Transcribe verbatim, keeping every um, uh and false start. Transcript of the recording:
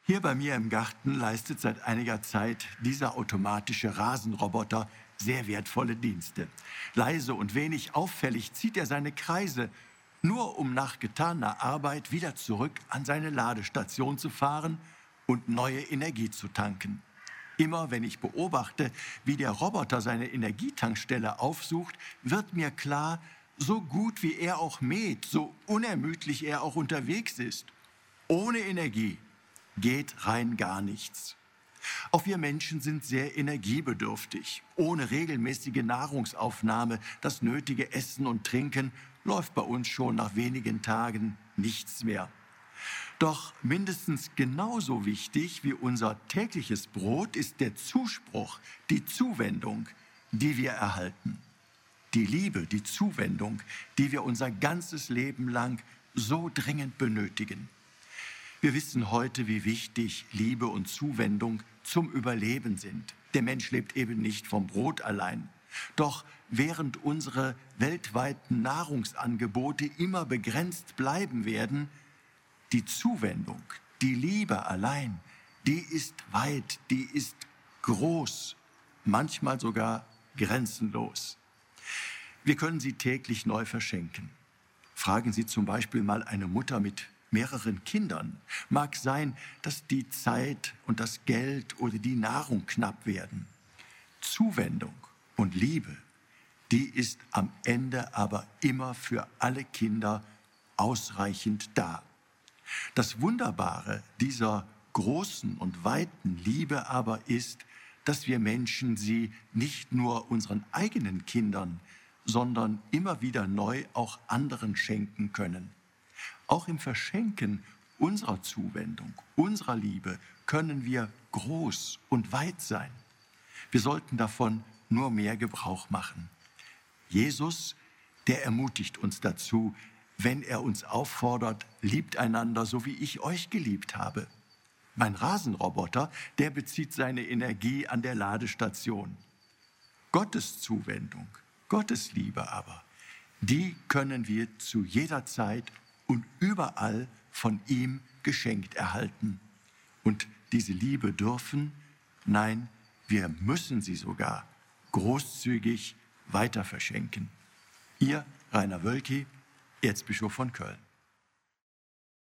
Hier bei mir im Garten leistet seit einiger Zeit dieser automatische Rasenroboter sehr wertvolle Dienste. Leise und wenig auffällig zieht er seine Kreise, nur um nach getaner Arbeit wieder zurück an seine Ladestation zu fahren und neue Energie zu tanken. Immer wenn ich beobachte, wie der Roboter seine Energietankstelle aufsucht, wird mir klar, so gut wie er auch mäht, so unermüdlich er auch unterwegs ist, ohne Energie geht rein gar nichts. Auch wir Menschen sind sehr energiebedürftig. Ohne regelmäßige Nahrungsaufnahme, das nötige Essen und Trinken, läuft bei uns schon nach wenigen Tagen nichts mehr. Doch mindestens genauso wichtig wie unser tägliches Brot ist der Zuspruch, die Zuwendung, die wir erhalten. Die Liebe, die Zuwendung, die wir unser ganzes Leben lang so dringend benötigen. Wir wissen heute, wie wichtig Liebe und Zuwendung zum Überleben sind. Der Mensch lebt eben nicht vom Brot allein. Doch während unsere weltweiten Nahrungsangebote immer begrenzt bleiben werden, die Zuwendung, die Liebe allein, die ist weit, die ist groß, manchmal sogar grenzenlos. Wir können sie täglich neu verschenken. Fragen Sie zum Beispiel mal eine Mutter mit mehreren Kindern. Mag sein, dass die Zeit und das Geld oder die Nahrung knapp werden. Zuwendung und Liebe, die ist am Ende aber immer für alle Kinder ausreichend da. Das Wunderbare dieser großen und weiten Liebe aber ist, dass wir Menschen sie nicht nur unseren eigenen Kindern, sondern immer wieder neu auch anderen schenken können. Auch im Verschenken unserer Zuwendung, unserer Liebe können wir groß und weit sein. Wir sollten davon nur mehr Gebrauch machen. Jesus, der ermutigt uns dazu, wenn er uns auffordert, liebt einander, so wie ich euch geliebt habe. Mein Rasenroboter, der bezieht seine Energie an der Ladestation. Gottes Zuwendung, Gottes Liebe aber, die können wir zu jeder Zeit und überall von ihm geschenkt erhalten. Und diese Liebe dürfen, nein, wir müssen sie sogar großzügig weiter verschenken. Ihr Rainer Wölki, Erzbischof von Köln.